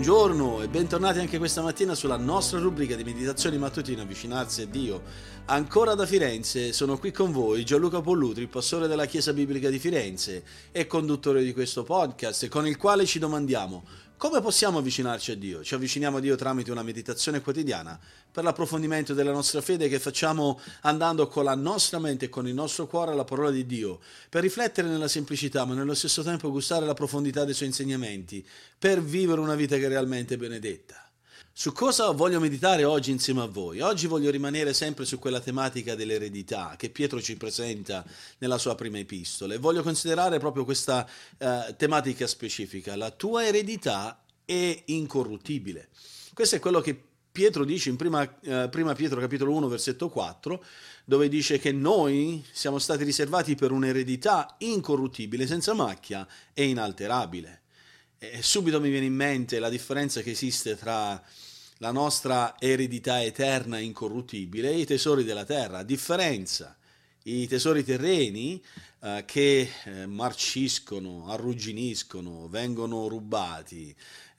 Buongiorno e bentornati anche questa mattina sulla nostra rubrica di meditazioni mattutine Avvicinarsi a Dio. Ancora da Firenze sono qui con voi Gianluca Pollutri, pastore della Chiesa Biblica di Firenze e conduttore di questo podcast, con il quale ci domandiamo: come possiamo avvicinarci a Dio? Ci avviciniamo a Dio tramite una meditazione quotidiana per l'approfondimento della nostra fede che facciamo andando con la nostra mente e con il nostro cuore alla parola di Dio, per riflettere nella semplicità ma nello stesso tempo gustare la profondità dei suoi insegnamenti, per vivere una vita che è realmente benedetta. Su cosa voglio meditare oggi insieme a voi? Oggi voglio rimanere sempre su quella tematica dell'eredità che Pietro ci presenta nella sua prima epistola e voglio considerare proprio questa tematica specifica. La tua eredità è incorruttibile. Questo è quello che Pietro dice in prima Pietro capitolo 1 versetto 4, dove dice che noi siamo stati riservati per un'eredità incorruttibile, senza macchia e inalterabile. E subito mi viene in mente la differenza che esiste tra la nostra eredità eterna e incorruttibile e i tesori della terra. Differenza: i tesori terreni che marciscono, arrugginiscono, vengono rubati,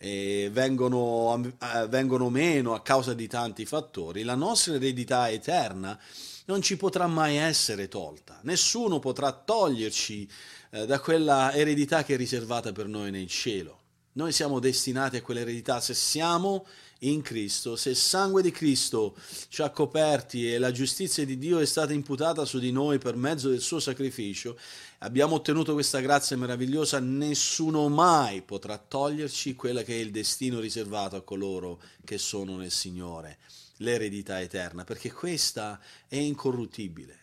vengono meno a causa di tanti fattori. La nostra eredità eterna non ci potrà mai essere tolta. Nessuno potrà toglierci da quella eredità che è riservata per noi nel cielo. Noi siamo destinati a quell'eredità se siamo in Cristo, se il sangue di Cristo ci ha coperti e la giustizia di Dio è stata imputata su di noi per mezzo del suo sacrificio, abbiamo ottenuto questa grazia meravigliosa, nessuno mai potrà toglierci quella che è il destino riservato a coloro che sono nel Signore, l'eredità eterna, perché questa è incorruttibile,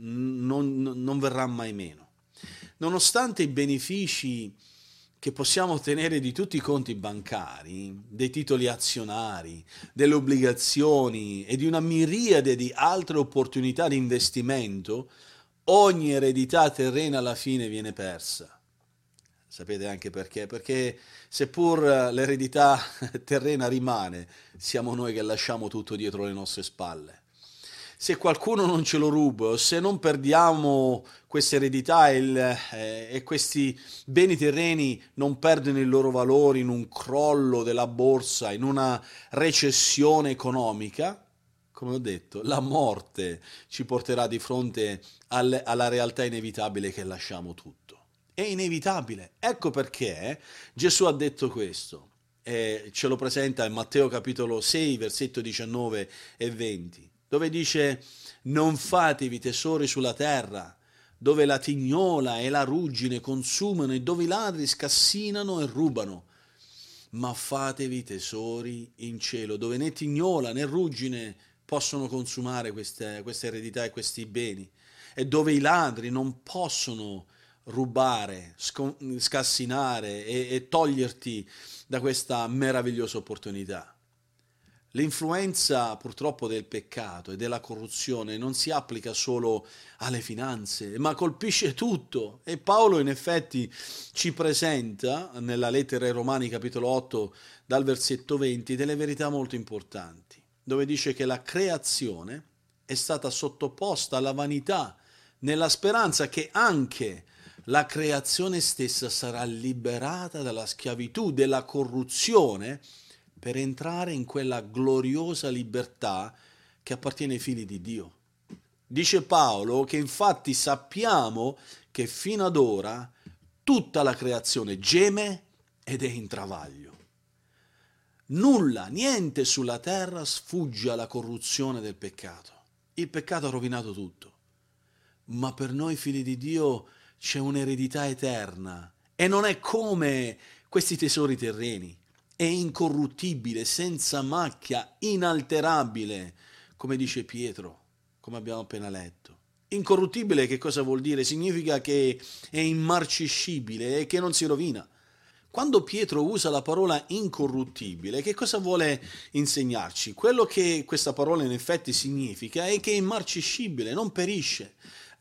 non verrà mai meno. Nonostante i benefici che possiamo ottenere di tutti i conti bancari, dei titoli azionari, delle obbligazioni e di una miriade di altre opportunità di investimento, ogni eredità terrena alla fine viene persa. Sapete anche perché? Perché seppur l'eredità terrena rimane, siamo noi che lasciamo tutto dietro le nostre spalle. Se qualcuno non ce lo ruba, o se non perdiamo questa eredità e questi beni terreni non perdono il loro valore in un crollo della borsa, in una recessione economica, come ho detto, la morte ci porterà di fronte alla realtà inevitabile che lasciamo tutto. È inevitabile. Ecco perché Gesù ha detto questo. Ce lo presenta in Matteo capitolo 6, versetto 19 e 20. Dove dice: non fatevi tesori sulla terra, dove la tignola e la ruggine consumano e dove i ladri scassinano e rubano, ma fatevi tesori in cielo, dove né tignola né ruggine possono consumare queste eredità e questi beni, e dove i ladri non possono rubare, scassinare e toglierti da questa meravigliosa opportunità. L'influenza purtroppo del peccato e della corruzione non si applica solo alle finanze, ma colpisce tutto. E Paolo in effetti ci presenta nella lettera ai Romani capitolo 8 dal versetto 20 delle verità molto importanti, dove dice che la creazione è stata sottoposta alla vanità nella speranza che anche la creazione stessa sarà liberata dalla schiavitù, della corruzione, per entrare in quella gloriosa libertà che appartiene ai figli di Dio. Dice Paolo che infatti sappiamo che fino ad ora tutta la creazione geme ed è in travaglio. Nulla, niente sulla terra sfugge alla corruzione del peccato. Il peccato ha rovinato tutto. Ma per noi figli di Dio c'è un'eredità eterna e non è come questi tesori terreni. È incorruttibile, senza macchia, inalterabile, come dice Pietro, come abbiamo appena letto. Incorruttibile che cosa vuol dire? Significa che è immarcescibile e che non si rovina. Quando Pietro usa la parola incorruttibile, che cosa vuole insegnarci? Quello che questa parola in effetti significa è che è immarcescibile, non perisce.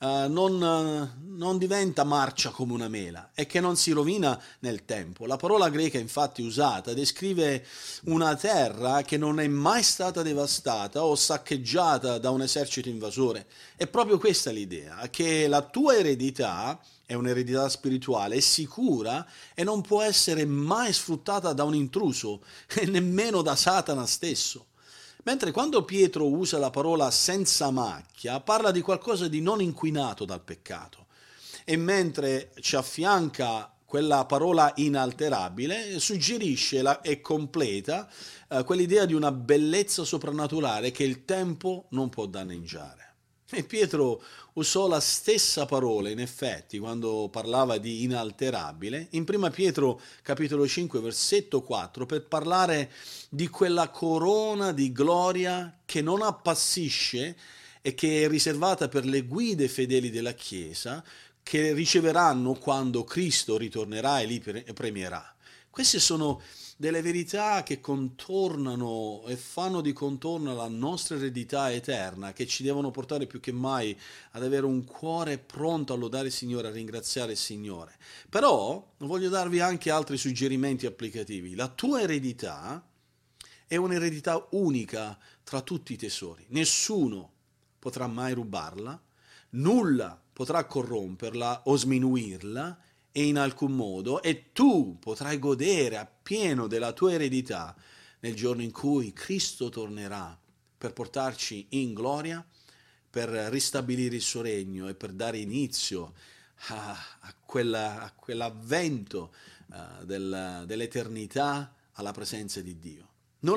Non diventa marcia come una mela e che non si rovina nel tempo. La parola greca infatti usata descrive una terra che non è mai stata devastata o saccheggiata da un esercito invasore. È proprio questa l'idea, che la tua eredità è un'eredità spirituale, è sicura e non può essere mai sfruttata da un intruso e nemmeno da Satana stesso. Mentre quando Pietro usa la parola senza macchia, parla di qualcosa di non inquinato dal peccato. E mentre ci affianca quella parola inalterabile, suggerisce e completa quell'idea di una bellezza soprannaturale che il tempo non può danneggiare. E Pietro usò la stessa parola, in effetti, quando parlava di inalterabile, in 1 Pietro capitolo 5, versetto 4, per parlare di quella corona di gloria che non appassisce e che è riservata per le guide fedeli della Chiesa, che riceveranno quando Cristo ritornerà e li premierà. Queste sono delle verità che contornano e fanno di contorno la nostra eredità eterna, che ci devono portare più che mai ad avere un cuore pronto a lodare il Signore, a ringraziare il Signore. Però voglio darvi anche altri suggerimenti applicativi. La tua eredità è un'eredità unica tra tutti i tesori. Nessuno potrà mai rubarla, nulla potrà corromperla o sminuirla, e in alcun modo, e tu potrai godere appieno della tua eredità nel giorno in cui Cristo tornerà per portarci in gloria, per ristabilire il suo regno e per dare inizio a quell'avvento dell'eternità alla presenza di Dio. Non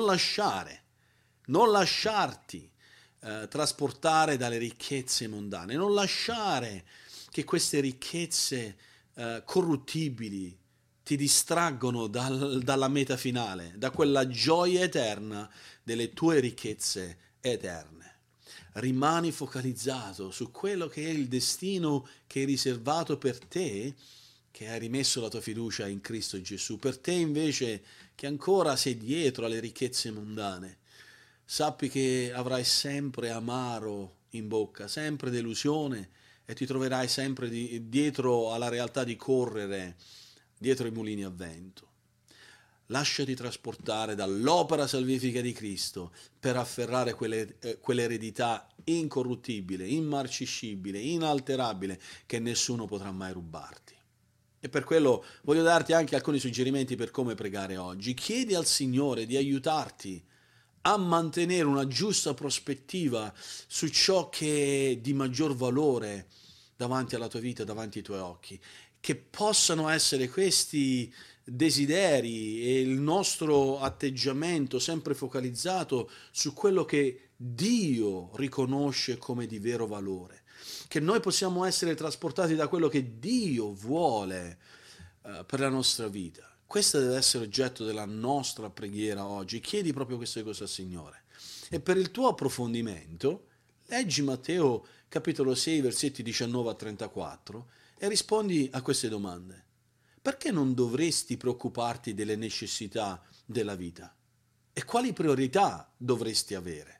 lasciarti trasportare dalle ricchezze mondane, non lasciare che queste ricchezze corruttibili ti distraggono dalla meta finale, da quella gioia eterna delle tue ricchezze eterne. Rimani focalizzato su quello che è il destino che è riservato per te, che hai rimesso la tua fiducia in Cristo Gesù. Per te invece che ancora sei dietro alle ricchezze mondane, sappi che avrai sempre amaro in bocca, sempre delusione, e ti troverai sempre dietro alla realtà di correre dietro i mulini a vento. Lasciati trasportare dall'opera salvifica di Cristo per afferrare quell'eredità incorruttibile, immarcescibile, inalterabile, che nessuno potrà mai rubarti. E per quello voglio darti anche alcuni suggerimenti per come pregare oggi. Chiedi al Signore di aiutarti a mantenere una giusta prospettiva su ciò che è di maggior valore davanti alla tua vita, davanti ai tuoi occhi, che possano essere questi desideri e il nostro atteggiamento sempre focalizzato su quello che Dio riconosce come di vero valore, che noi possiamo essere trasportati da quello che Dio vuole per la nostra vita. Questo deve essere oggetto della nostra preghiera oggi. Chiedi proprio queste cose al Signore. E per il tuo approfondimento, leggi Matteo capitolo 6, versetti 19 a 34 e rispondi a queste domande. Perché non dovresti preoccuparti delle necessità della vita? E quali priorità dovresti avere?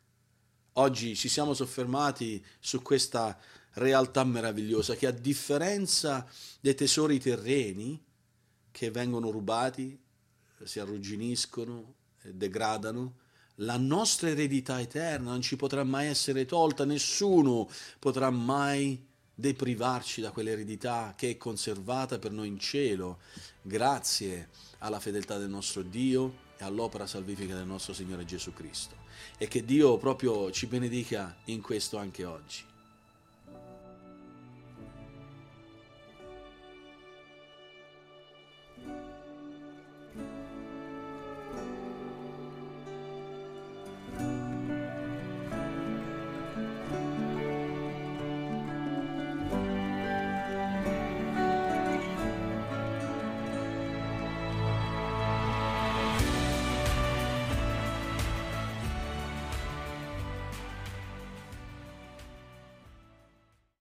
Oggi ci siamo soffermati su questa realtà meravigliosa che, a differenza dei tesori terreni che vengono rubati, si arrugginiscono, degradano, la nostra eredità eterna non ci potrà mai essere tolta, nessuno potrà mai deprivarci da quell'eredità che è conservata per noi in cielo, grazie alla fedeltà del nostro Dio e all'opera salvifica del nostro Signore Gesù Cristo. E che Dio proprio ci benedica in questo anche oggi.